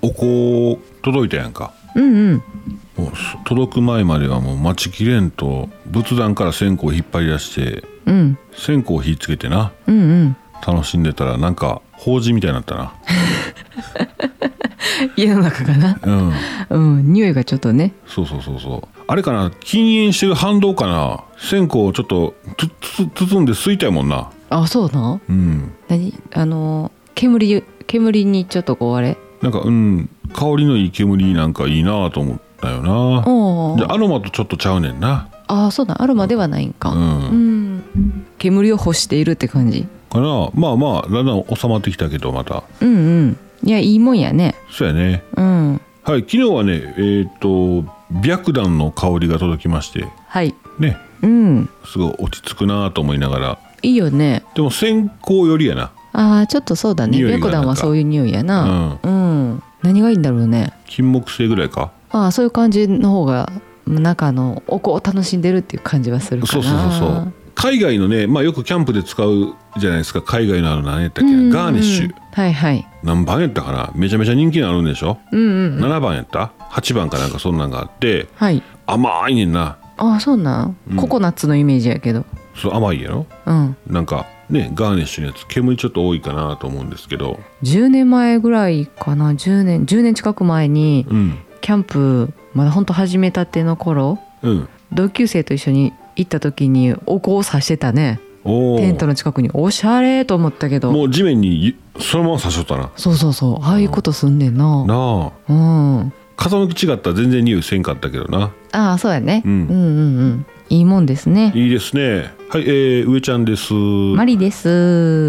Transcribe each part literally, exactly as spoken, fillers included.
お香届いたやんか。 うんうん。 もう届く前まではもう待ちきれんと仏壇から線香を引っ張り出して、 うん、 線香を火つけてな、 うんうん、 楽しんでたらなんか法事みたいになったな家の中かな、うん、うん、匂いがちょっとね。 そうそうそうそう、あれかな、禁煙してる反動かな、線香をちょっとつつ包んで吸いたいもんな。 あ、そうな。 うん。 何、あの煙煙にちょっとこうあれなんか、うん、香りのいい煙なんかいいなと思ったよな。でアロマとちょっとちゃうねんな。 ああ、そうだ、アロマではないんか。うん、うん、煙を欲しているって感じかな。まあまあだんだん収まってきたけどまた。 うんうん。いや、いいもんやね。 そうやね。 うん。 はい、昨日はね、えっと白檀の香りが届きまして。はいね。うん。すごい落ち着くなと思いながら。 いいよね。 でも線香よりやな。 ああ、ちょっとそうだね。白檀はそういう匂いやな。うん、うん。何がいいんだろうね。 金木犀ぐらいか。 ああ、そういう感じの方が中のお香を楽しんでるっていう感じはするかな。 そうそうそうそう。海外のね、まあよくキャンプで使うじゃないですか。海外のあの何やったっけ、うんうん、ガーニッシュ。はいはい。何番やったかな。めちゃめちゃ人気のあるんでしょ。うんうん、ななばんやった。はちばんかなんかそんなんがあって。はい。甘いねんな。 ああ、そうなん、うん。ココナッツのイメージやけど。 そう甘いやろ。うん。なんかね、ガーニッシュのやつ煙ちょっと多いかなと思うんですけど。 じゅうねんまえぐらいかな。じゅうねんじゅうねん近く前に、うん、キャンプまだほんと始めたての頃、うん、同級生と一緒に行った時にお香を刺してたね。テントの近くに。おしゃれと思ったけど、 もう地面にそのまま刺しとったな。 そうそうそう、ああいうことすんねんな。なあ、うん。 風向き違ったら全然匂いせんかったけどな。 ああ、そうやね、うん、うんうんうんいいもんですね。 いいですね。はい、えー、上ちゃんです。 マリです。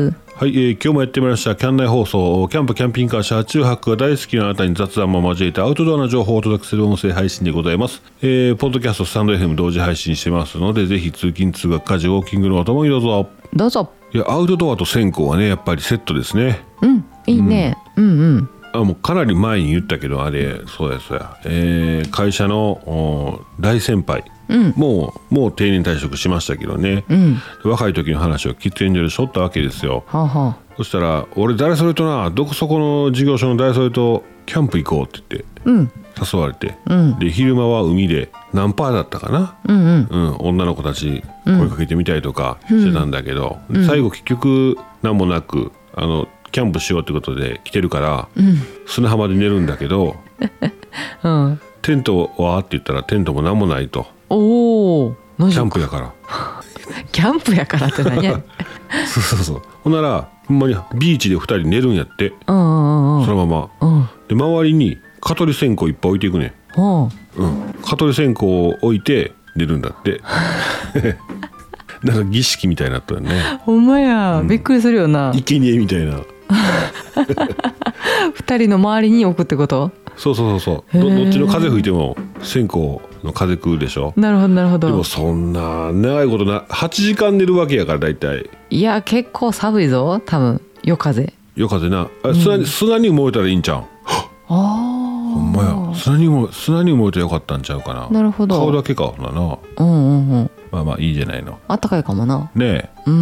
はい、えー、今日もやってまいりましたキャン内放送。キャンプキャンピングカー車中泊が大好きなあなたに雑談も交えてアウトドアな情報をお届けする音声配信でございます。えー、ポッドキャストスタンド エフエム 同時配信してますので、ぜひ通勤通学家事ウォーキングのお供にどうぞどうぞ。 いや、アウトドアと線香はねやっぱりセットですね。 うん、いいね、うん、うんうんあ、もうかなり前に言ったけど、あれそうやそうや、えー、会社の大先輩、うん、もうもう定年退職しましたけどね、うん、若い時の話を喫煙所でしょったわけですよ。はあはあ、そしたら俺誰それとな、どこそこの事業所の誰それとキャンプ行こうって言って、うん、誘われて、うん、で昼間は海で何パーだったかな、うんうんうん、女の子たち声かけてみたりとかしてたんだけど、うん、最後結局何もなくあのキャンプしようってことで来てるから、うん、砂浜で寝るんだけど、うん、テントはって言ったらテントも何もないと。おお、キャンプやからキャンプやからって何やそうそうそう。ほんならほんまにビーチでふたり寝るんやって、うんうんうん、そのまま、うん、で周りに蚊取り線香いっぱい置いていくね、うんうん、蚊取り線香を置いて寝るんだってなんか儀式みたいになったよね。 ほんまや、うん、びっくりするよな。 生贄みたいな二人の周りに置くってこと？ そうそうそうそう。 ど, どっちの風吹いても線香の風食うでしょ。 なるほどなるほど。 でもそんな長いことなはちじかん寝るわけやから大体。 いや結構寒いぞ多分。夜風夜風な。あ、砂に、うん、砂に埋もれたらいいんちゃう。ああ、ほんまや。砂にも砂に埋もれてよかったんちゃうかな。なるほど。顔だけかなな。うんうんうん。まあまあいいじゃないの。 あったかいかもな。 ねえ。うん。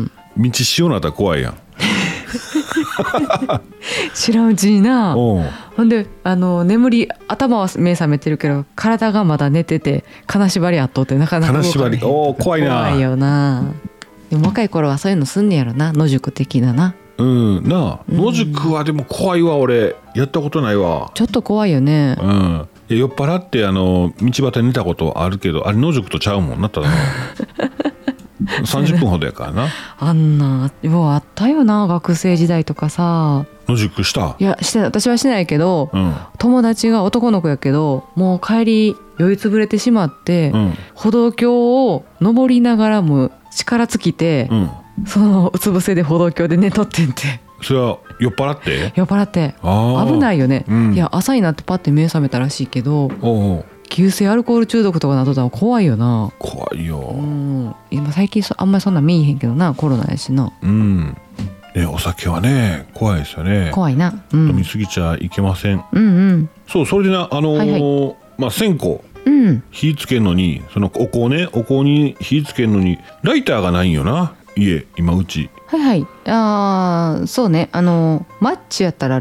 道潮なったら怖いやん知らんうちにな。ほんであの眠り頭は目覚めてるけど体がまだ寝てて金縛りあっとってなかなか金縛り。おー怖いな。 怖いよな。でも若い頃はそういうのすんねやろな、野宿的なな。 うんなあ、野宿はでも怖いわ。俺やったことないわ。 ちょっと怖いよね。うん。 酔っ払ってあの道端に寝たことあるけど、あれ野宿とちゃうもんなったらさんじゅっぷんほどやからな。あんなようあったよな、学生時代とかさ。 野宿した？ いやして私はしてないけど、うん、友達が男の子やけどもう帰り酔いつぶれてしまって、うん、歩道橋を登りながらも力尽きて、うん、そのうつ伏せで歩道橋で寝とってんて。 それは酔っ払って？ 酔っ払って。危ないよね、うん、いや朝になってパッて目覚めたらしいけど、おう急性アルコール中毒とかなっとったら怖いよな。 怖いよ、うん、今最近あんまりそんな見えへんけどな、コロナやしな。うんね、お酒はね怖いですよね。 怖いな、 うん、飲みすぎちゃいけません。うんうん。そう、それでなあのーはいはい、まあ線香、うん、火つけるのにそのお香ね、お香に火つけるのにライターがないんよな、家今うち。 はいはい。ああそうね、あのー、マッチやったらあるよ。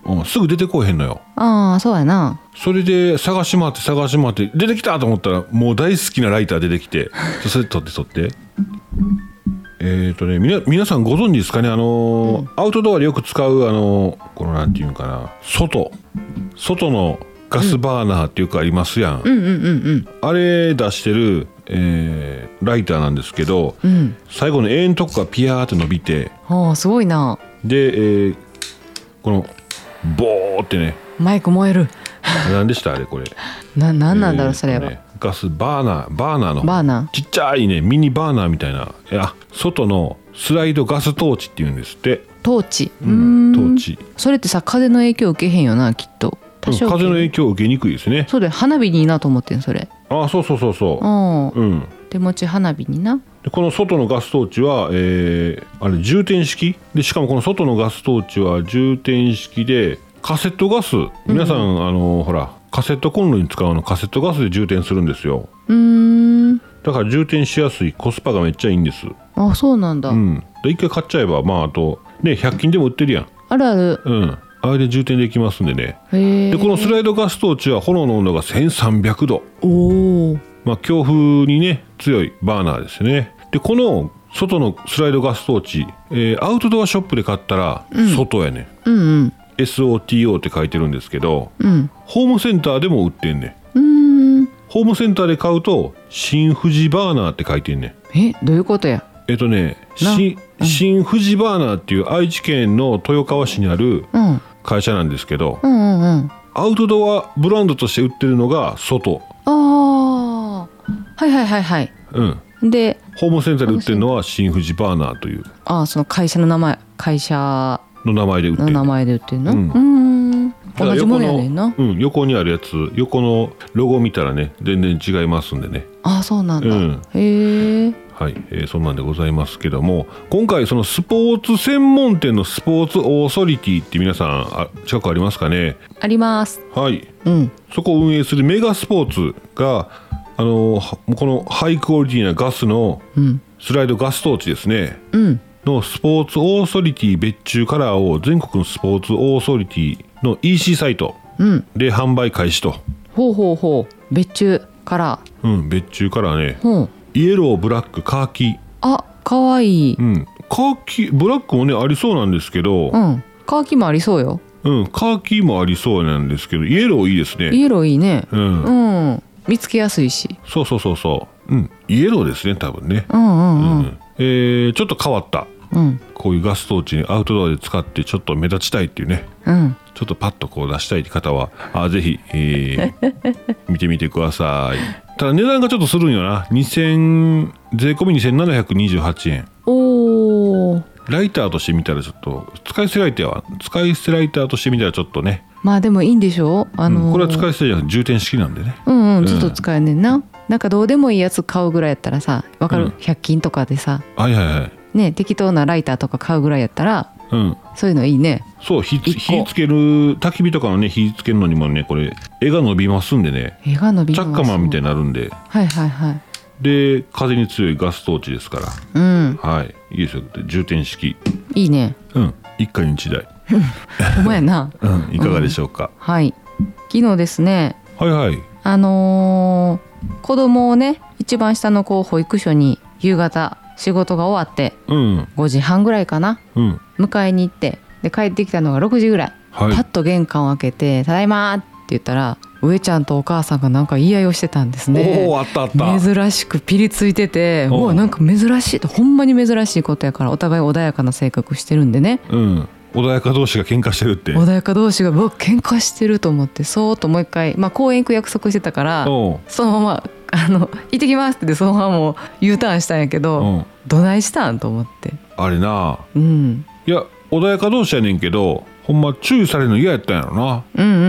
うん、すぐ出てこえへんのよ。 ああそうやな。 それで探し回って探し回って出てきたと思ったらもう大好きなライター出てきてそれ取って取ってえっとねみな皆さんご存知ですかね、あのーうん、アウトドアでよく使うあのー、このなんていうんかな、外外のガスバーナーっていうかありますやん、 うんうんうんうん、 あれ出してる、えー、ライターなんですけど、うん、最後の永遠のとこがピヤーって伸びて、 はあすごいな。 で、えー、このボーってねマイク燃える何でしたあれこれな、なんなんだろう、えー、それは、 ね、ガスバーナーバーナーのバーナーちっちゃいねミニバーナーみたいな、いや外のスライドガストーチっていうんですって。 トーチ、 うん、トーチ。 それってさ風の影響受けへんよなきっと。 多少、うん、風の影響を受けにくいですね。 そうで花火にいいなと思ってんそれ。 ああそうそうそうそう、うん、 手持ち花火にな。 でこの外のガストーチは、えー、あれ充填式で、しかもこの外のガストーチは充填式でカセットガス、皆さん、うん、あのほらカセットコンロに使うのカセットガスで充填するんですよ。 うーんだから充填しやすい、コスパがめっちゃいいんです。 あそうなんだ、 うん、で一回買っちゃえばまああとねひゃく均でも売ってるやん。 あるある、 うん、あれで充電できますんでね。へでこのスライドガストーチは炎の温度がせんさんびゃくど。 おお、 まあ強風にね強いバーナーですね。でこの外のスライドガストーチ、えー、アウトドアショップで買ったら外やね、 うん、うんうんエスオーティーオー って書いてるんですけど、 うん、 ホームセンターでも売ってんねん。うーんホームセンターで買うと新富士バーナーって書いてんねん。 えどういうことや。 えっとねし、うん、新富士バーナーっていう愛知県の豊川市にある会社なんですけど、 うんうんうん、 アウトドアブランドとして売ってるのが外。 ああはいはいはいはい、 うん、 でホームセンターで売ってるのは新富士バーナーという、 ああその会社の名前会社の名前で売ってるの名前で売ってるの、 うん、 うん同じものやねんな、 うん、横にあるやつ横のロゴ見たらね全然違いますんでね。 ああそうなんだ、うん、へえはい、えー、そんなんでございますけども、今回そのスポーツ専門店のスポーツオーソリティって皆さんあ近くありますかね。 あります。 はい、 うん、 そこを運営するメガスポーツがあのー、このハイクオリティなガスのスライドガストーチですね、 うん、 のスポーツオーソリティ別注カラーを全国のスポーツオーソリティの イーシー サイトで販売開始と、うん、 ほうほうほう別注カラー、うん、別注カラーね、 うん、 イエローブラックカーキ、 あかわいい、 うん、カーキブラックもねありそうなんですけど、 うん、カーキもありそうよ、 うん、カーキもありそうなんですけどイエローいいですね。 イエローいいね、 うん、 うん、見つけやすいし。 そうそうそうそう、うん、イエローですね多分ね、 うんうんうん、うん、 えー、ちょっと変わった、うん、こういうガストーチにアウトドアで使ってちょっと目立ちたいっていうね、 うん、 ちょっとパッとこう出したいって方はあぜひ、えー、見てみてください。ただ値段がちょっとするんよな。にせん税込みにせんななひゃくにじゅうはちえん。 おー、 ライターとして見たらちょっと使い捨てライターは使い捨てライターとして見たらちょっとね、 まあでもいいんでしょう、あのーうん、これは使い捨てじゃなくて充填式なんでね、 うんうん、ずっと使えんねんな、うん、なんかどうでもいいやつ買うぐらいやったらさわかる、 うん、 ひゃく均とかでさ、 はいはいはいね、適当なライターとか買うぐらいやったら、 うん、 そういうのいいね。 そう、火つける焚き火とかのね火つけるのにもねこれ絵が伸びますんでね、 絵が伸びます、 チャッカマンみたいになるんで、 はいはいはい、 で風に強いガストーチですから、 うん、 はい、いいですよ。充填式いいね、 うん、一家に一台お前な、 うん、いかがでしょうか、 うん、はい、昨日ですね、 はいはい、 あのー、子供をね一番下の子を保育所に夕方仕事が終わって、 うん、 ごじはんぐらいかな、うん、迎えに行ってで帰ってきたのがろくじぐらい、はい、パッと玄関を開けて「ただいま」って言ったら上ちゃんとお母さんがなんか言い合いをしてたんですね。 おー、あったあった。 珍しくピリついてて、もうなんか珍しいと、ほんまに珍しいことやから、お互い穏やかな性格してるんでね、 うん、穏やか同士が喧嘩してるって、 穏やか同士がうわ喧嘩してると思って、そーっともう一回、まあ、公園行く約束してたからそのままあの行ってきますってそのままもう U ターンしたんやけど、どないしたんと思って、あれな、 うん、 いや穏やか同士やねんけど、ほんま注意されるの嫌やったんやろな。 うんうんうんうん、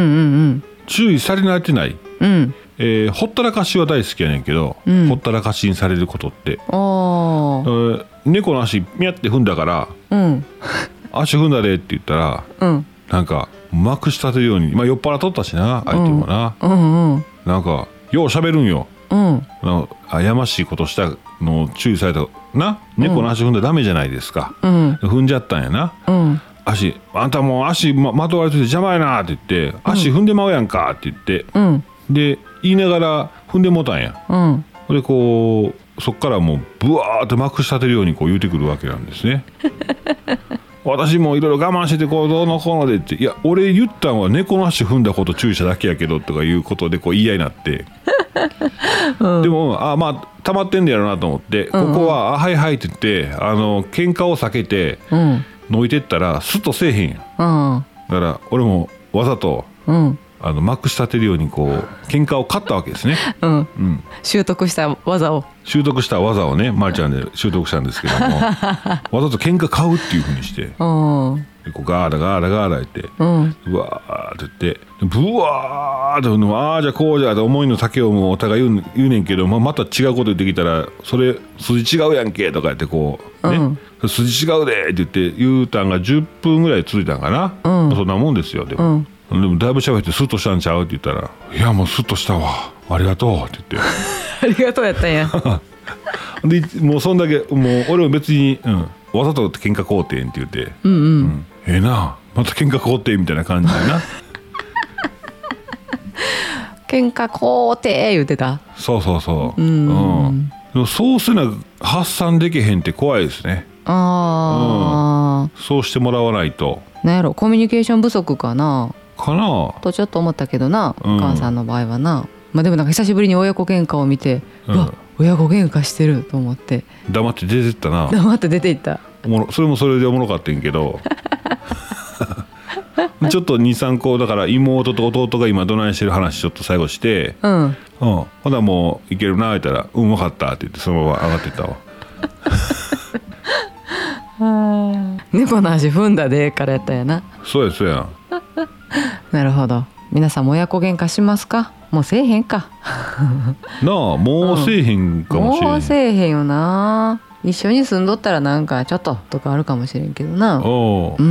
注意され慣れてない、 うん、 えー、ほったらかしは大好きやねんけど、うん、ほったらかしにされることって、 あー、 猫の足ミャって踏んだから、 うん、 足踏んだでって言ったら、うん、なんかまくし立てるように、まあ、酔っ払っとったしな相手もな、 うんうんうん、 なんかよう喋るんよ、 うん、 あやましいことしたのを注意されたな、猫の足踏んだらダメじゃないですか、 うん、 踏んじゃったんやな、 うん、 足あんたもう足ままとわれてて邪魔やなって言って、足踏んでまうやんかって言って、うん、で言いながら踏んでもうたんや、うん、でこうそっからもうブワーってまくし立てるようにこう言うてくるわけなんですね私もいろいろ我慢しててこうどうのこうのでって、いや俺言ったんは猫の足踏んだこと注意しただけやけどとかいうことでこう言い合いになって、うん、でもあまあ溜まってんだやろなと思って、うんうん、ここはあはいはいって言ってあの喧嘩を避けて、うんのいてったらスッとせえへんやん、うん、だから俺もわざと、うん、あのまくし立てるようにこう喧嘩を勝ったわけですね、 うんうん、習得した技を習得した技をねまりちゃんで習得したんですけどもわざと喧嘩買うっていうふうにして、うん、でこうガーラガーラガーラ言って、うん、うわーって言ってブワーってああじゃあこうじゃって思いの丈をもうお互い言う、言うねんけど、まあ、また違うこと言ってきたらそれ筋違うやんけとか言ってこうね、うん筋違うでって言って言うたんがじゅっぷんぐらい続いたんかな、うん、そんなもんですよでも、うん、でもだいぶ喋ってスッとしたんちゃうって言ったらいやもうスッとしたわありがとうって言ってありがとうやったんやでもうそんだけもう俺も別に、うん、わざと喧嘩買うてんって言って、うんうんうん、ええー、なまた喧嘩買うてみたいな感じでな喧嘩買うて言ってたそうそうそううん、うん、でもそうせな発散できへんって怖いですねあ、うん、そうしてもらわないとなんやろコミュニケーション不足かなかなとちょっと思ったけどな、うん、お母さんの場合はな、まあ、でもなんか久しぶりに親子喧嘩を見て、うん、うわ親子喧嘩してると思って黙って出てったな黙って出ていったおもろそれもそれでおもろかったんやけどちょっと にさんこだから妹と弟が今どないしてる話ちょっと最後して、うんうん、ほなもういけるな言ったらうん分かったって言ってそのまま上がってったわ猫の足踏んだでからやったんやなそうやそうやなるほど皆さんも親子喧嘩しますかもうせえへんかなあもうせえへんかもしれん、 うん、もうせえへんよな一緒に住んどったらなんかちょっととかあるかもしれんけどなおう、うん、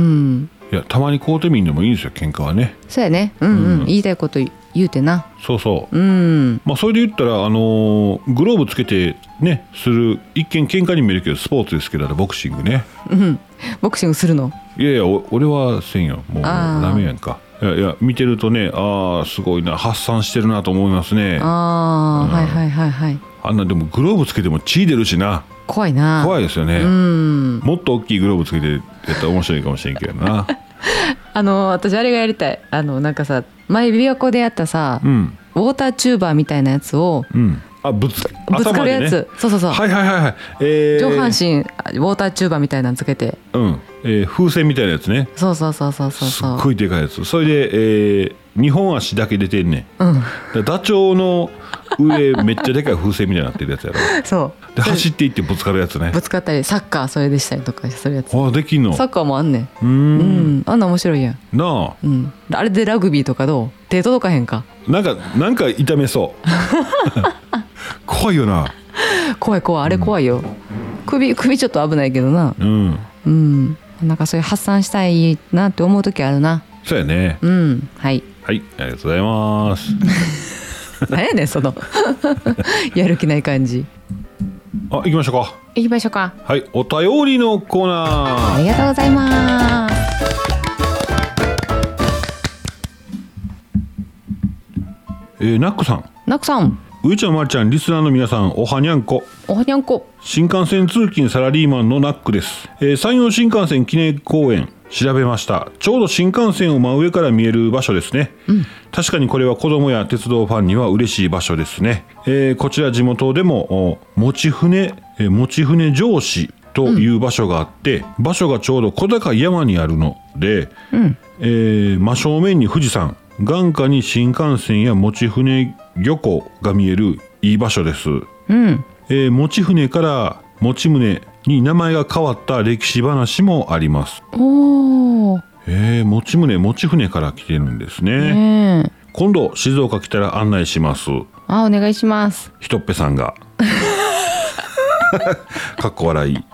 いやたまに買うてみんでもいいんですよ喧嘩はねそうやねうんうん、うん、言いたいこと言うてなそうそう、うんまあ、それで言ったら、あのー、グローブつけてねする一見喧嘩に見えるけどスポーツですけどボクシングね、 うん、ボクシングするのいやいや俺はせんよもうダメやんかいやいや見てるとねああすごいな発散してるなと思いますねああ、うん、はいはいはいはいあんなでもグローブつけても血出るしな怖いな怖いですよねうんもっと大きいグローブつけてやったら面白いかもしれんけどなあの私あれがやりたいあのなんかさ前琵琶湖でやったさ、うん、ウォーターチューバーみたいなやつを、うん、あぶつ、ぶつかるやつ、ね、そうそうそうはいはいはいはい、 えー、上半身ウォーターチューバーみたいなのつけてうん、えー、風船みたいなやつねそうそうそうそうそうすっごいでかいやつそれで、えー、にほん足だけ出てんねん、うん、ダチョウの上めっちゃでかい風船みたいになってるやつやろそうで走っていってぶつかるやつねぶつかったりサッカーそれでしたりとかするやつあできんのサッカーもあんねんうん、うん、あんな面白いやんなあ、うん、あれでラグビーとかどう手届かへんかなんかなんか痛めそう怖いよな怖い怖いあれ怖いよ、うん、首首ちょっと危ないけどなうんうんなんかそういう発散したいなって思う時あるなそうやねうんはいはいありがとうございます何やねんそのやる気ない感じあ行きましょうか行きましょうかはいお便りのコーナーありがとうございますえー、ナックさんナックさんういちゃんまるちゃんリスナーの皆さんおはにゃんこおはにゃんこ新幹線通勤サラリーマンのナックです、えー、山陽新幹線記念公園調べましたちょうど新幹線を真上から見える場所ですね、うん、確かにこれは子供や鉄道ファンには嬉しい場所ですね、えー、こちら地元でも持ち船、えー、持ち船上司という場所があって、うん、場所がちょうど小高い山にあるので、うんえー、真正面に富士山眼下に新幹線や持ち船漁港が見えるいい場所です、うんえー、持ち船から持ち船に名前が変わった歴史話もあります。おー、えー、持ち船持ち船から来てるんですね、ね今度静岡来たら案内します。 あお願いします。 ひとっぺさんがかっこ笑い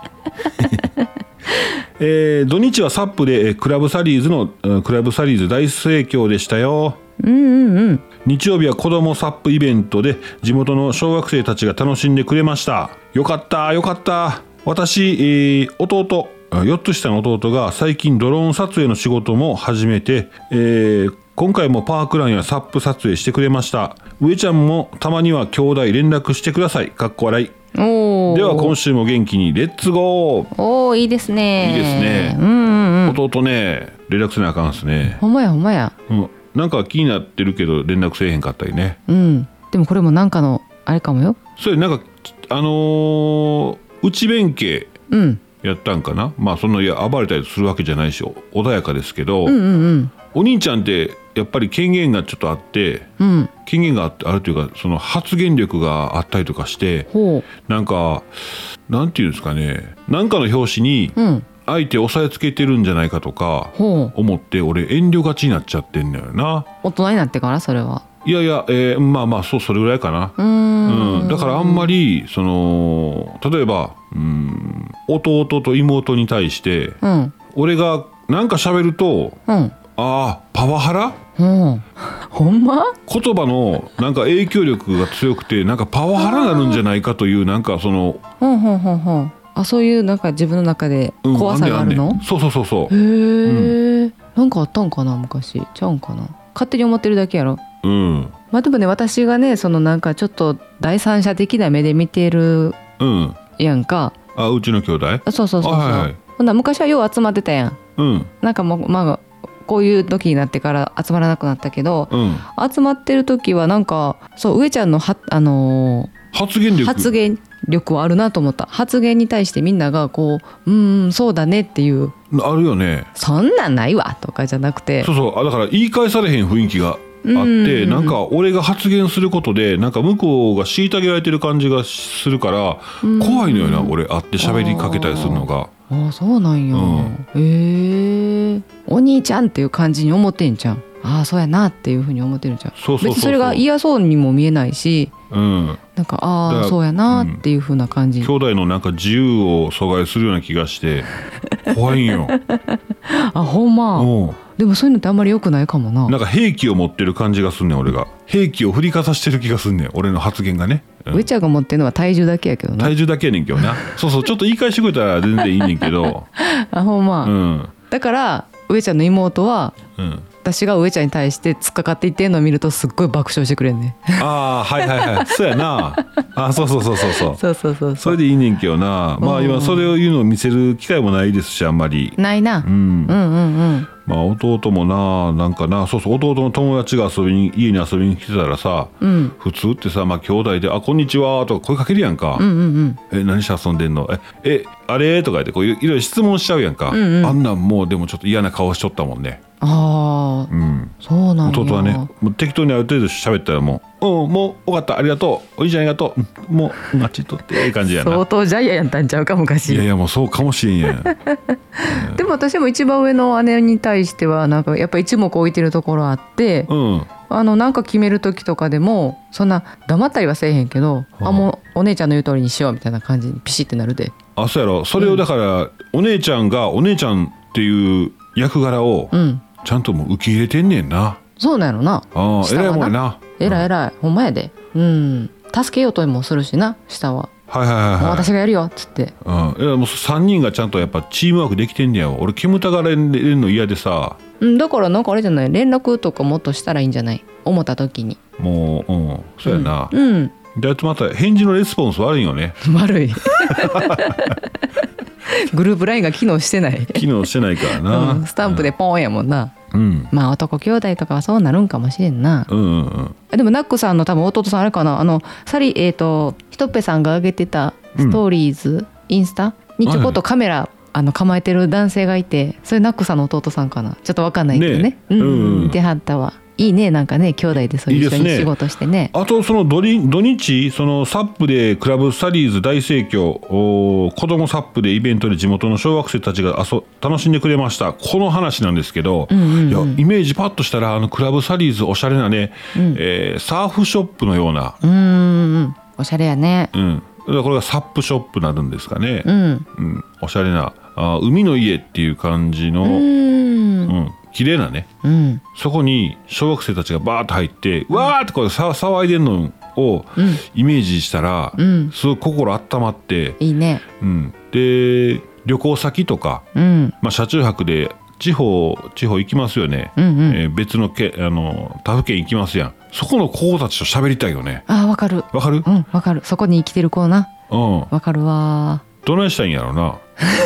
えー、土日はサップでクラブサリーズのクラブサリーズ大盛況でしたよ。うんうんうん、日曜日は子どもサップイベントで地元の小学生たちが楽しんでくれました。よかったよかった。私、えー、弟よっつ下の弟が最近ドローン撮影の仕事も始めて、えー、今回もパークランやサップ撮影してくれました。上ちゃんもたまには兄弟連絡してください。かっこ笑い。おでは今週も元気にレッツゴー。 おーいいですね。 いいですね、うんうんうん、弟ね連絡せなあかんですね。 ほんまやほんまや、 うん、なんか気になってるけど連絡せえへんかったりね。 うん、でもこれもなんかのあれかもよ。 それなんかあのー、内弁慶やったんかな、うん、まあそんないや暴れたりするわけじゃないし穏やかですけど、うんうんうん、お兄ちゃんってやっぱり権限がちょっとあって、うん、権限があるというかその発言力があったりとかして、なんかなんていうんですかね、なんかの表紙に相手を押さえつけてるんじゃないかとか思って俺遠慮がちになっちゃってんだよな。 大人になってからそれは。 いやいや、えー、まあまあそうそれぐらいかな。うん、うん、だからあんまりその例えばうん弟と妹に対して、うん、俺がなんか喋ると、うん、ああパワハラ、うん、 ほんま言葉のなんか影響力が強くてなんかパワハラになるんじゃないかというなんかそのほんほんほんほんあそういうなんか自分の中で怖さがあるの、 うん、あんねんあんねんそうそうそうそう。へえ、うん、なんかあったんかな昔。ちゃうんかな、勝手に思ってるだけやろ。うん、まあでもね私がねそのなんかちょっと第三者的な目で見てるやんか、 うん、あうちの兄弟そうそうそうそう、はいはい、ほんな昔はよう集まってたやん、うん、なんかもうまあこういう時になってから集まらなくなったけど、うん、集まってる時はなんかそう上ちゃんのは、あのー、発言力発言力はあるなと思った。発言に対してみんながこううんそうだねっていうあるよね。 そんなんないわとかじゃなくて、 そうそうだから言い返されへん雰囲気があって、なんか俺が発言することでなんか向こうが虐げられてる感じがするから怖いのよな、俺会って喋りかけたりするのが。 ああそうなんや、うん、へえお兄ちゃんっていう感じに思ってんじゃん。ああそうやなっていうふうに思ってるじゃん。そうそうそうそう別にそれが嫌そうにも見えないし、うん、なんかああそうやなっていうふうな感じ、うん、 兄弟のなんか自由を阻害するような気がして怖いんよあほんま、うん、でもそういうのってあんまり良くないかもな。 なんか兵器を持ってる感じがすんねん俺が。兵器を振りかざしてる気がすんねん俺の発言がね。 うん、上ちゃんが持ってるのは体重だけやけどな。 体重だけやねんけどなそうそうちょっと言い返してくれたら全然いいねんけどあほんま、うん、だから上ちゃんの妹は、うん私が上ちゃんに対して突っかかっていってんのを見るとすっごい爆笑してくれんね。 ああはいはいはいそうやなあそうそうそうそうそうそうそうそうそれでいいねんけどな。まあ今それを言うのを見せる機会もないですしあんまりないな、うん、うんうんうんまあ弟もななんかなそうそう弟の友達が遊びに家に遊びに来てたらさ、うん、普通ってさまあ兄弟で「あこんにちは」とか声かけるやんか、うんうんうん、え何して遊んでんのええあれとか言ってこういろいろ質問しちゃうやんか、うんうん、あんなんもうでもちょっと嫌な顔しちゃったもんね。 ああ、うん、そうなんや。 弟はねもう適当にある程度喋ったらもう「うんもう分かったありがとうおじいちゃんありがとうもうマッチ取って」ええ感じやな。 相当ジャイアンやったんちゃうか昔。 いやいやもうそうかもしれんやんでも私も一番上の姉に対してはなんかやっぱ一目置いてるところあって、うん、あのなんか決める時とかでもそんな黙ったりはせえへんけど、うん、あもうお姉ちゃんの言う通りにしようみたいな感じにピシッてなるで。 あそうやろそれをだから、うん、お姉ちゃんがお姉ちゃんっていう役柄を、うんちゃんともう受け入れてんねんな。 そうなんやろな。 ああ、偉いもんやな。 偉い偉い、ほんまやで。うん。助けようともするしな、下は。 はいはいはい、はい。 私がやるよっつって。 うん。いやもうさんにんがちゃんとやっぱチームワークできてんねやわ。俺煙たがられるの嫌でさ。 うん、だからなんかあれじゃない。連絡とかもっとしたらいいんじゃない。思った時に。 もう、うん、そうやな。うん。うん、であとまた返事のレスポンス悪いよね。 悪い。グループラインが機能してない。 機能してないからな。 うん、スタンプでポンやもんな。うん、まあ男兄弟とかはそうなるんかもしれんな、うんうんうん、でもナックさんの多分弟さんあれかなあのサリえっ、ー、とひとっぺさんが上げてたストーリーズ、うん、インスタにちょこっとカメラ、はい、あの構えてる男性がいてそれナックさんの弟さんかなちょっと分かんないけどね、ねうんうん、出はったわ。いいねなんかね兄弟でそういう一緒に仕事して ね, いいねあとその土日そのサップでクラブスタディーズ大盛況子供サップでイベントで地元の小学生たちが遊楽しんでくれました。この話なんですけど、うんうんうん、いやイメージパッとしたらあのクラブスタディーズおしゃれなね、うんえー、サーフショップのようなうんおしゃれやね、うん、 これがサップショップになるんですかね、うんうん、おしゃれなあ海の家っていう感じのうんうん綺麗なね、うん、そこに小学生たちがバーッと入ってわーってこう騒いでんのをイメージしたら、うん、すごい心温まっていいね、 うん、で旅行先とか、 うんまあ、車中泊で地方地方行きますよね、 うんうんえー、別のけあの他府県行きますやん。そこの子たちと喋りたいよね。 あーわかるわかる？ うんわかる。そこに生きてる子な。 うんわかるわ。 どないしたいんやろな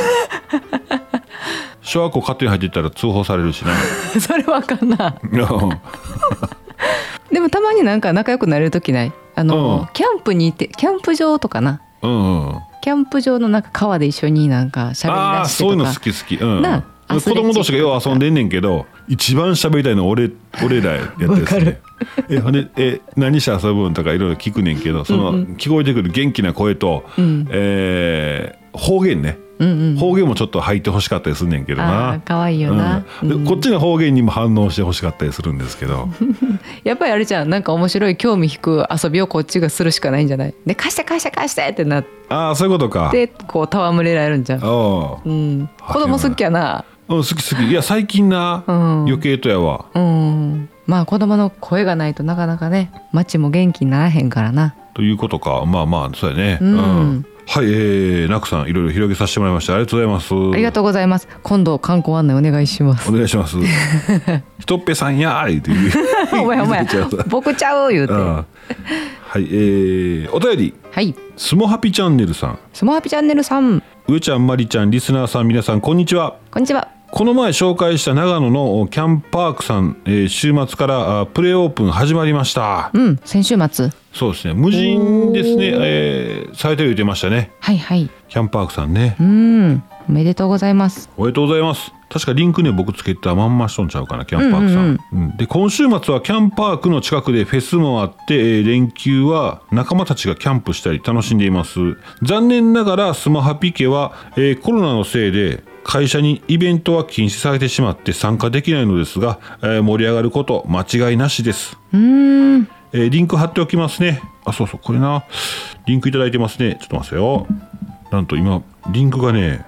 小学校勝手に入っていったら通報されるしなそれわかんな。 うんでもたまになんか仲良くなれる時ない？あの、 うんキャンプに行ってキャンプ場とかな。 うんうんキャンプ場のなんか川で一緒になんか喋りああ出してとか。 そういうの好き好き、うん、 な子供同士がよう遊んでんねんけど一番喋りたいのは俺俺らやってですね。 わかるえほんでえ何して遊ぶんとかいろいろ聞くねんけど、その、うんうん、聞こえてくる元気な声と、うんえー、方言ね、うんうん、方言もちょっと入ってほしかったりすんねんけどな。 あ可愛いよな、 うんうん、こっちの方言にも反応してほしかったりするんですけどやっぱりあれじゃん、なんか面白い興味引く遊びをこっちがするしかないんじゃない？で貸して貸して貸してってなって、 ああそういうことか。 でこう戯れられるんじゃん。あ、うん、子供好きやな。 うん、好き好き。いや最近な、うん、余計とやわ。 うん、まあ子供の声がないとなかなかね街も元気にならへんからな。 ということか。まあまあそうやね。 うん、 うんはい、えー、ナクさんいろいろ広げさせてもらいました。ありがとうございます。 ありがとうございます。今度観光案内お願いします。 お願いしますひとっぺさんやーっていうお前お前僕ちゃう言うて、うん、 はい、えー、お便り、 はい、 スモハピチャンネルさん。 スモハピチャンネルさん、 上ちゃんまりちゃんリスナーさん皆さんこんにちは。 こんにちは。 この前紹介した長野のキャンプパークさん、えー、週末からプレオープン始まりました。 うん、先週末。 そうですね、無人ですね、えー、されてる言ってましたね。 はいはい、 キャンプパークさんね。 うん、おめでとうございます。 おめでとうございます。確かリンクね僕つけたまんましとんちゃうかな、キャンプパークさん、うんうんうん、で今週末はキャンプパークの近くでフェスもあって、えー、連休は仲間たちがキャンプしたり楽しんでいます。残念ながらスマハピ家は、えー、コロナのせいで会社にイベントは禁止されてしまって参加できないのですが、えー、盛り上がること間違いなしです。 うーん、 えー、リンク貼っておきますね。あ、そうそう、これな、リンクいただいてますね。ちょっと待ってよ。なんと今リンクがね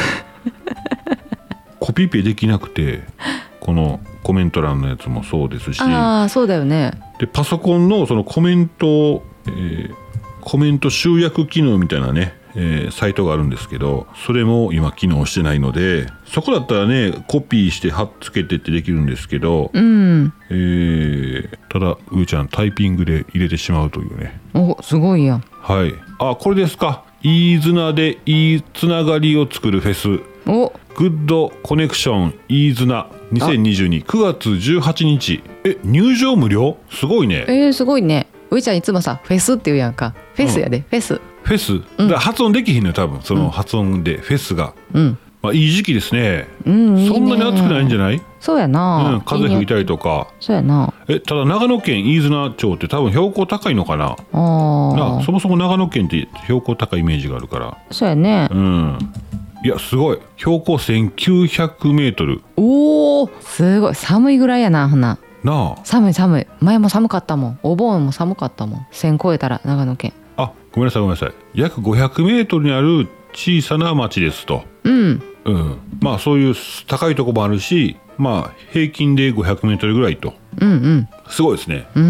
コピペできなくて、このコメント欄のやつもそうですし、 ああそうだよね。 でパソコンのそのコメント、えー、コメント集約機能みたいなね、えー、サイトがあるんですけど、それも今機能してないので、そこだったらねコピーして貼っつけてってできるんですけど、 うん、 えー、ただうーちゃんタイピングで入れてしまうというね。 お、すごいやん。 はい、あ、これですか。いい綱でいいつながりを作るフェス、 お、 グッドコネクションいい綱にせんにじゅうに くがつじゅうはちにち。え、入場無料？すごいね。 えー、すごいね。ういちゃんいつもさフェスって言うやんか。フェスやで、うん、フェスフェス、うん、だ発音できひんのよ多分、その発音で、うん、フェスが、うん、まあ、いい時期ですね、うん、いいね。そんなに暑くないんじゃない？ そうやな、 うん、風吹いたりとか。 いいそうやな。 え、ただ長野県飯綱町って多分標高高いのかな。あな、そもそも長野県って標高高いイメージがあるから。 そうやね。 うん、いやすごい、標高せんきゅうひゃくメートル。 おお、すごい。寒いぐらいやな、ほな。 なあ、 寒い寒い。前も寒かったもん。お盆も寒かったもん。せん超えたら長野県。 あ、ごめんなさいごめんなさい。約ごひゃくメートルにある小さな町ですと。 うん、 うん、まあそういう高いとこもあるし、まあ平均でごひゃくメートルぐらいと。 うんうん、すごいですね。 うん、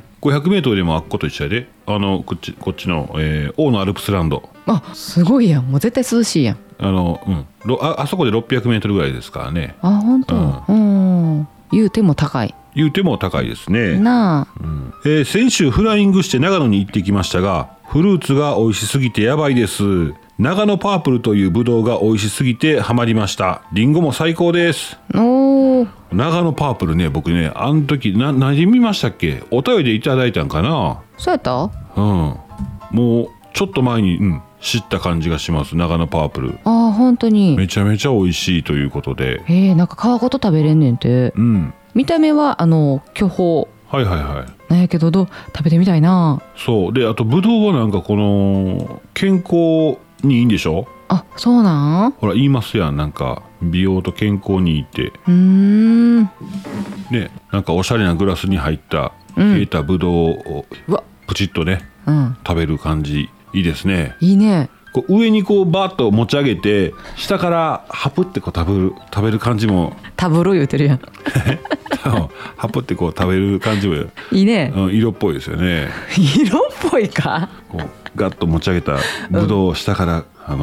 ごひゃくメートルでもあっこと一緒やで。あのこっちこっちの、えー、大野アルプスランド。 あ、すごいやん。もう絶対涼しいやん。 あの、うん、あ, あそこでろっぴゃくメートルぐらいですからね。 あ、本当。うん、うん、言うても高い。 言うても高いですね。 なあ、 うん、えー、先週フライングして長野に行ってきましたが、フルーツが美味しすぎてやばいです。長野パープルというブドウが美味しすぎてハマりました。リンゴも最高です。 おー、 長野パープルね、僕ね、あの時な何で見ましたっけ？お便りでいただいたんかな。 そうやった？ うん、もうちょっと前に、うん、知った感じがします。長野パープル。 ああ、本当にめちゃめちゃ美味しいということで。 へえ、なんか皮ごと食べれんねんて。うん、見た目はあの巨峰、 はいはいはい、 なんやけど、どう食べてみたいな。 そうで、あとブドウはなんかこの健康にいいんでしょ。あ、 そうなん？ ほら言いますやん、なんか美容と健康にいいって。うーん、 ね、なんかおしゃれなグラスに入った冷えたブドウをプチッとね、うん、食べる感じいいですね。 いいね。 こう上にこうバーッと持ち上げて下からハプってこう食べる食べる感じもタブロ言うてるやんハプってこう食べる感じもいいね、 うん、色っぽいですよね。 色っぽいか。 こうガッと持ち上げたブドウを下から、うん、あの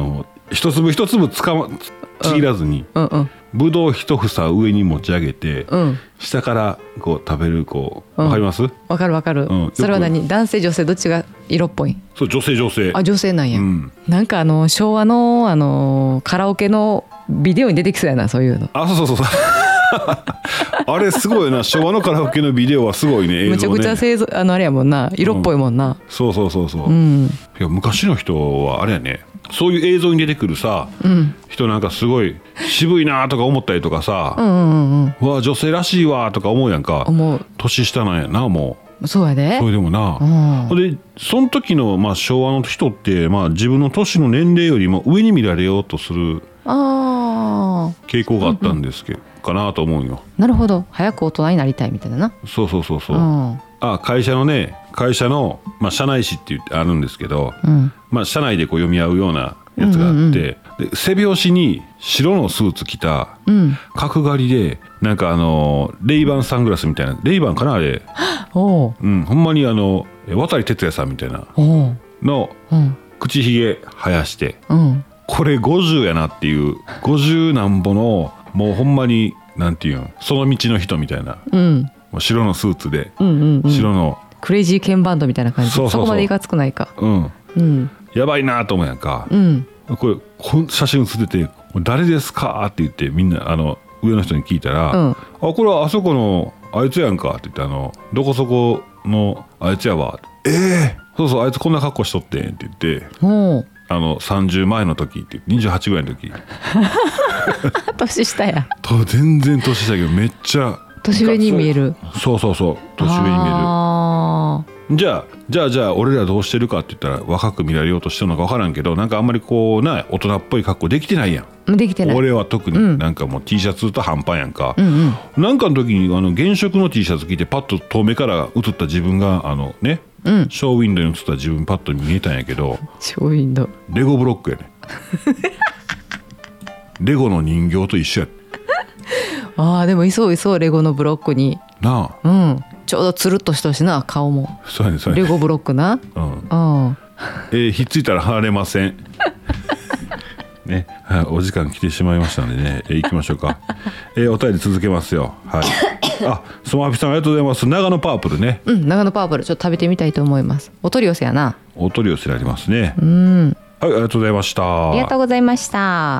一粒一粒つかまちぎらずに、 うんうん、 ぶどう一房上に持ち上げて、 うん、 下からこう食べるこうわかります？わ、 うん、かるわかる、うん、それは何男性女性どっちが色っぽい？ そう女性女性。 あ女性なんや、うん、なんかあの昭和のあのカラオケのビデオに出てきそうやなそういうの。 あそうそうそうあれすごいな昭和のカラオケのビデオはすごいね映像ね。 めちゃくちゃ製造あのあれやもんな色っぽいもんな、うん、 そうそうそうそう、うん、いや昔の人はあれやねそういう映像に出てくるさ、うん、人なんかすごい渋いなとか思ったりとかさ、うんうんうん、うわ女性らしいわとか思うやんか。思う。年下なんやなもう。 そうやで。 それでもな、うん、でその時の、まあ、昭和の人って、まあ、自分の年の年齢よりも上に見られようとする傾向があったんですけど、うんうん、かなと思うよ。 なるほど早く大人になりたいみたいなな。 そうそうそうそう、うん、あ会社のね会社の、まあ、社内誌って言ってあるんですけど、うんまあ、社内でこう読み合うようなやつがあって、うんうんうん、で背表紙に白のスーツ着た、うん、角刈りでなんかあのレイバンサングラスみたいなレイバンかなあれお、うん、ほんまにあの渡哲也さんみたいなの、うん、口ひげ生やして、うん、これごじゅうやなっていうごじゅうなんぼのもうほんまになんていうのその道の人みたいな、うん、もう白のスーツで、うんうんうん、白のクレイジーケンバンドみたいな感じ。そうそうそうそこまでいかつくないか、 うんうん、やばいなと思うやんか、うん、これこの写真写ってて誰ですかって言ってみんなあの上の人に聞いたら、うん、あこれはあそこのあいつやんかって言ってあのどこそこのあいつやわええー、そうそうあいつこんな格好しとってんって言ってあのさんじゅうまえの時ってにじゅうはちぐらいの時年下やと全然年下やけどめっちゃ年上に見える。 そうそうそう年上に見える。あじゃあじゃあじゃあ俺らどうしてるかって言ったら若く見られようとしてるのか分からんけどなんかあんまりこうな大人っぽい格好できてないやん。 できてない。 俺は特になんかもう T シャツと半パンやんか、うんうん、なんかの時にあの原色の T シャツ着てパッと遠目から映った自分があのね、うん、ショーウィンドウに映った自分パッと見えたんやけどショーウィンドウレゴブロックやねレゴの人形と一緒やあーでもいそういそうレゴのブロックになあ、 うん、ちょうどつるっとしとしな顔もそうやねそうやねレゴブロックな、うんうんえー、ひっついたら離れませんね、はい、お時間来てしまいましたのでね、えー、行きましょうか、えー、お便り続けますよ。はいあスマピさんありがとうございます。長野パープルね。 うん長野パープルちょっと食べてみたいと思います。お取り寄せやな。 お取り寄せありますね。うんはいありがとうございました。 ありがとうございました。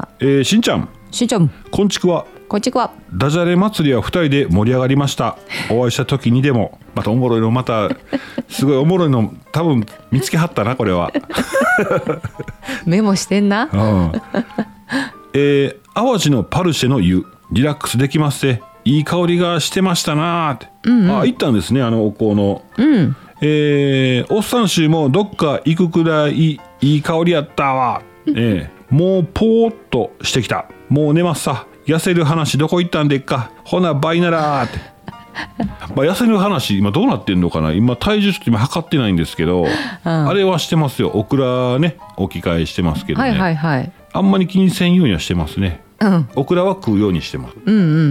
えー、しんちゃんしんちゃんこんちくわこんちくわ。 ダジャレ祭りはふたりで盛り上がりました。お会いした時にでもまたおもろいのまたすごいおもろいの多分見つけはったなこれはメモしてんな、うんえー、淡路のパルシェの湯リラックスできますね。いい香りがしてましたなって、うんうん、あ行ったんですねあのお香の、うんえー、おっさん衆もどっか行くくらいいい香りやったわ、えー、もうポーっとしてきた。もう寝ますさ。痩せる話どこ行ったんでっか。ほな倍ならってまあ痩せる話今どうなってんのかな。今体重ちょっと今測ってないんですけど、うん、あれはしてますよ。オクラね置き換えしてますけどね、はいはいはい、あんまり気にせんようにはしてますね、うん、オクラは食うようにしてます、うんうんうんうん、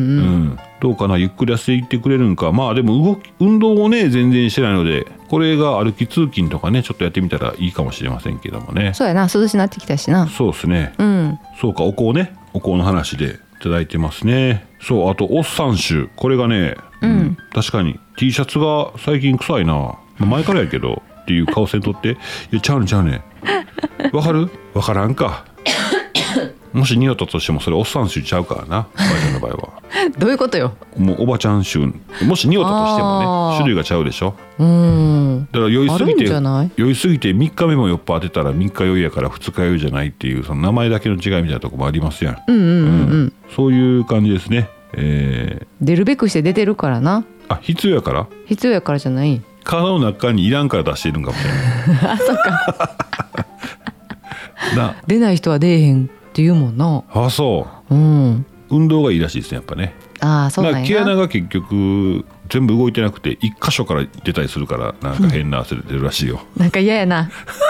どうかなゆっくり痩せていってくれるんか。まあでも動き運動をね全然してないのでこれが歩き通勤とかねちょっとやってみたらいいかもしれませんけどもね。 そうやな涼しくなってきたしな。 そうですね、うん、そうかお香ねお香の話でいただいてますね。そうあとおっさん臭これがね、うんうん、確かに T シャツが最近臭いな前からやけどっていう顔せんとっていやちゃうねちゃうねわかるわからんかもし匂ったとしてもそれおっさん臭ちゃうからなおばあちゃんの場合はどういうことよ。 もうおばちゃん臭もし匂ったとしてもね種類がちゃうでしょ。うんだから酔いすぎて酔いすぎてみっかめも酔っ払ってたらみっか酔いやからふつか酔いじゃないっていうその名前だけの違いみたいなとこもありますやん。うんうんうん、うん、そういう感じですね、えー、 出るべくして出てるからな。 あ必要やから必要やからじゃない。 体の中にいらんから出しているんかもしれないあそっかな出ない人は出えへんって言うもんな。 あそう、うん、運動がいいらしいですねやっぱね。 あそうなんやな。 毛穴が結局全部動いてなくて一箇所から出たりするからなんか変な汗出るらしいよなんか嫌やな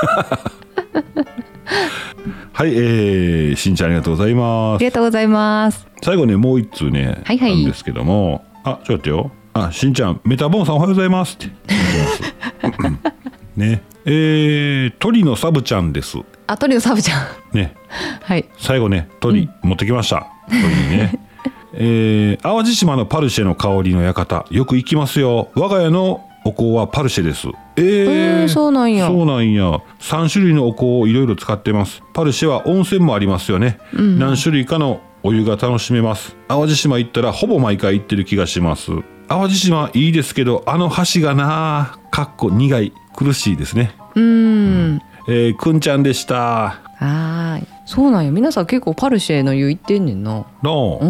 はい、えー、しんちゃんありがとうございます。 ありがとうございます。 最後ねもう一通ね、はいはい、なんですけどもあちょっと待ってよ。あしんちゃんメタボンさんおはようございますってねえー、鳥のサブちゃんです。 あ、鳥のサブちゃんね、 はい、 最後ね鳥、うん、持ってきました。鳥にねえー、淡路島のパルシェの香りの館よく行きますよ。我が家のお香はパルシェです。えー、 えー、そうなんや。 そうなんや。さん種類のお香をいろいろ使ってます。パルシェは温泉もありますよね、うん、何種類かのお湯が楽しめます。淡路島行ったらほぼ毎回行ってる気がします。淡路島いいですけどあの橋がなかっこ苦い苦しいですね。 うーん、うんえー、くんちゃんでした。 あー、そうなんや。皆さん結構パルシェの湯行ってんねんな。 なあ、うん、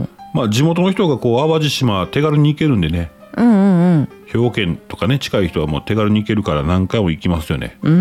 まあ地元の人がこう淡路島手軽に行けるんでね、 うんうんうん、 兵庫県とかね近い人はもう手軽に行けるから何回も行きますよね、 うん、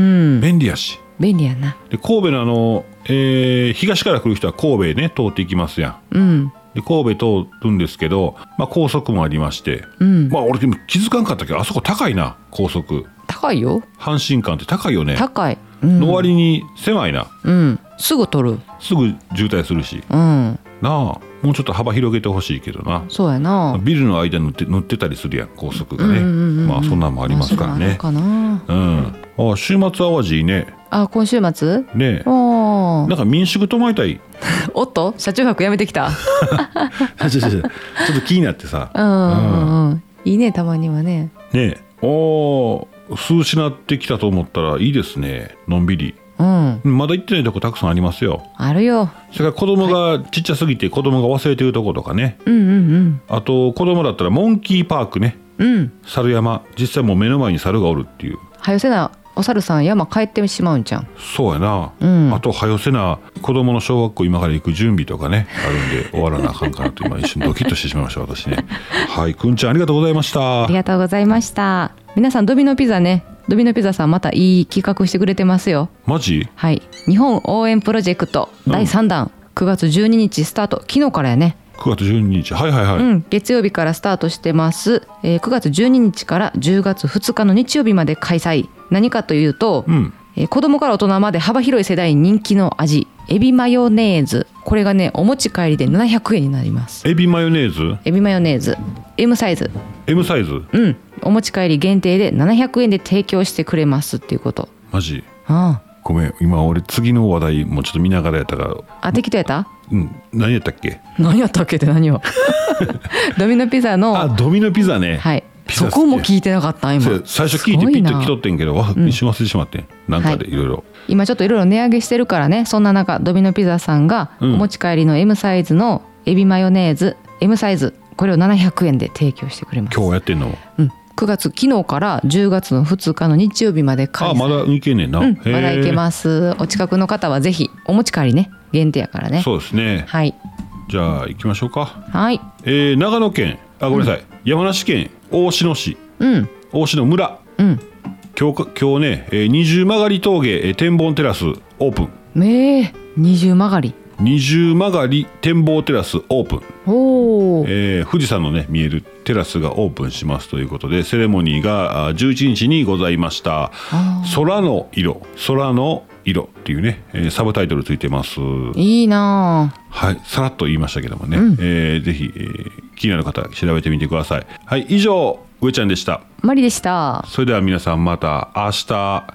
便利やし。 便利やな。 で神戸のあの、えー、東から来る人は神戸ね通っていきますやん、うん、で神戸通るんですけど、まあ、高速もありまして、うん、まあ俺でも気づかんかったけどあそこ高いな。高速高いよ。 阪神間って高いよね。 高い、うん、 の割に狭いな、 うん、すぐ取る。 すぐ渋滞するし、うん、なあもうちょっと幅広げてほしいけどな。 そうやな。 ビルの間に乗って乗ってたりするやん高速がね、うんうんうんうん、まあそんなんもありますからね。 かな、うん、 あ週末淡路いいね。 あ今週末ねえ、おなんか民宿泊まりたいおっと車中泊やめてきたちょちょちょちょっと気になってさ、うんうんうん、いいねたまにはね。 ねえ、お涼しなってきたと思ったらいいですね。のんびり、うん、まだ行ってないとこたくさんありますよ。 あるよ。 それから子供がちっちゃすぎて子供が忘れてるとことかね、うんうんうん、あと子供だったらモンキーパークね、うん、猿山実際もう目の前に猿がおるっていう。 はよせなお猿さん山帰ってしまうんじゃん。 そうやな、うん、あとはよせな子供の小学校今から行く準備とかねあるんで終わらなあかんかなと今一瞬ドキッとしてしまいました私ねはいくんちゃんありがとうございました。 ありがとうございました。皆さんドミノピザね、ドミノピザさんまたいい企画してくれてますよ。 マジ？ はい、日本応援プロジェクトだいさんだん、うん、くがつじゅうににちスタート。昨日からやね。 くがつじゅうににち、はいはいはい、うん、 月曜日からスタートしてます、えー、くがつじゅうににちからじゅうがつふつかの日曜日まで開催。何かというと、うん、えー、子供から大人まで幅広い世代に人気の味エビマヨネーズ。これがねお持ち帰りでななひゃくえんになります。 エビマヨネーズエビマヨネーズ M サイズ M サイズ、 うん、お持ち帰り限定でななひゃくえんで提供してくれますっていうこと。 マジ？ ああごめん今俺次の話題もうちょっと見ながらやったから。 あ適当やった？ うん何やったっけ何やったっけって何をドミノピザのあドミノピザね、 はい、そこも聞いてなかった今。 最初聞いてピッと来とってんけど、うん、一瞬忘れてしまってんなんかでいろいろ今ちょっといろいろ値上げしてるからね。そんな中ドミノピザさんがお持ち帰りの M サイズのエビマヨネーズ M サイズこれをななひゃくえんで提供してくれます。 今日やってんの？ うん、くがつ昨日からじゅうがつのふつかの日曜日まで開催。 あまだいけんねんな、うん、 まだいけます。お近くの方はぜひお持ち帰りね限定やからね。 そうですね。 はい、 じゃあ行きましょうか。 はい、 えー、長野県あごめんなさい、うん、山梨県大篠市、うん、大篠村、うん、今日今日ね、えー、二重曲がり峠、えー、展望テラスオープン。 えー、二重曲がり二重曲がり展望テラスオープン。お、えー、富士山のね見えるテラスがオープンしますということでセレモニーがじゅういちにちにございました。空の色空の色っていうね、えー、サブタイトルついてます。 いいな。 はい、さらっと言いましたけどもね、うん、えー、ぜひ、えー、気になる方調べてみてください。はい、以上上ちゃんでした。 マリでした。 それでは皆さんまた明日。 はい、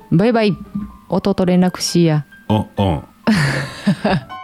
バイバイ。 バイバイ。弟連絡しや。 うんうん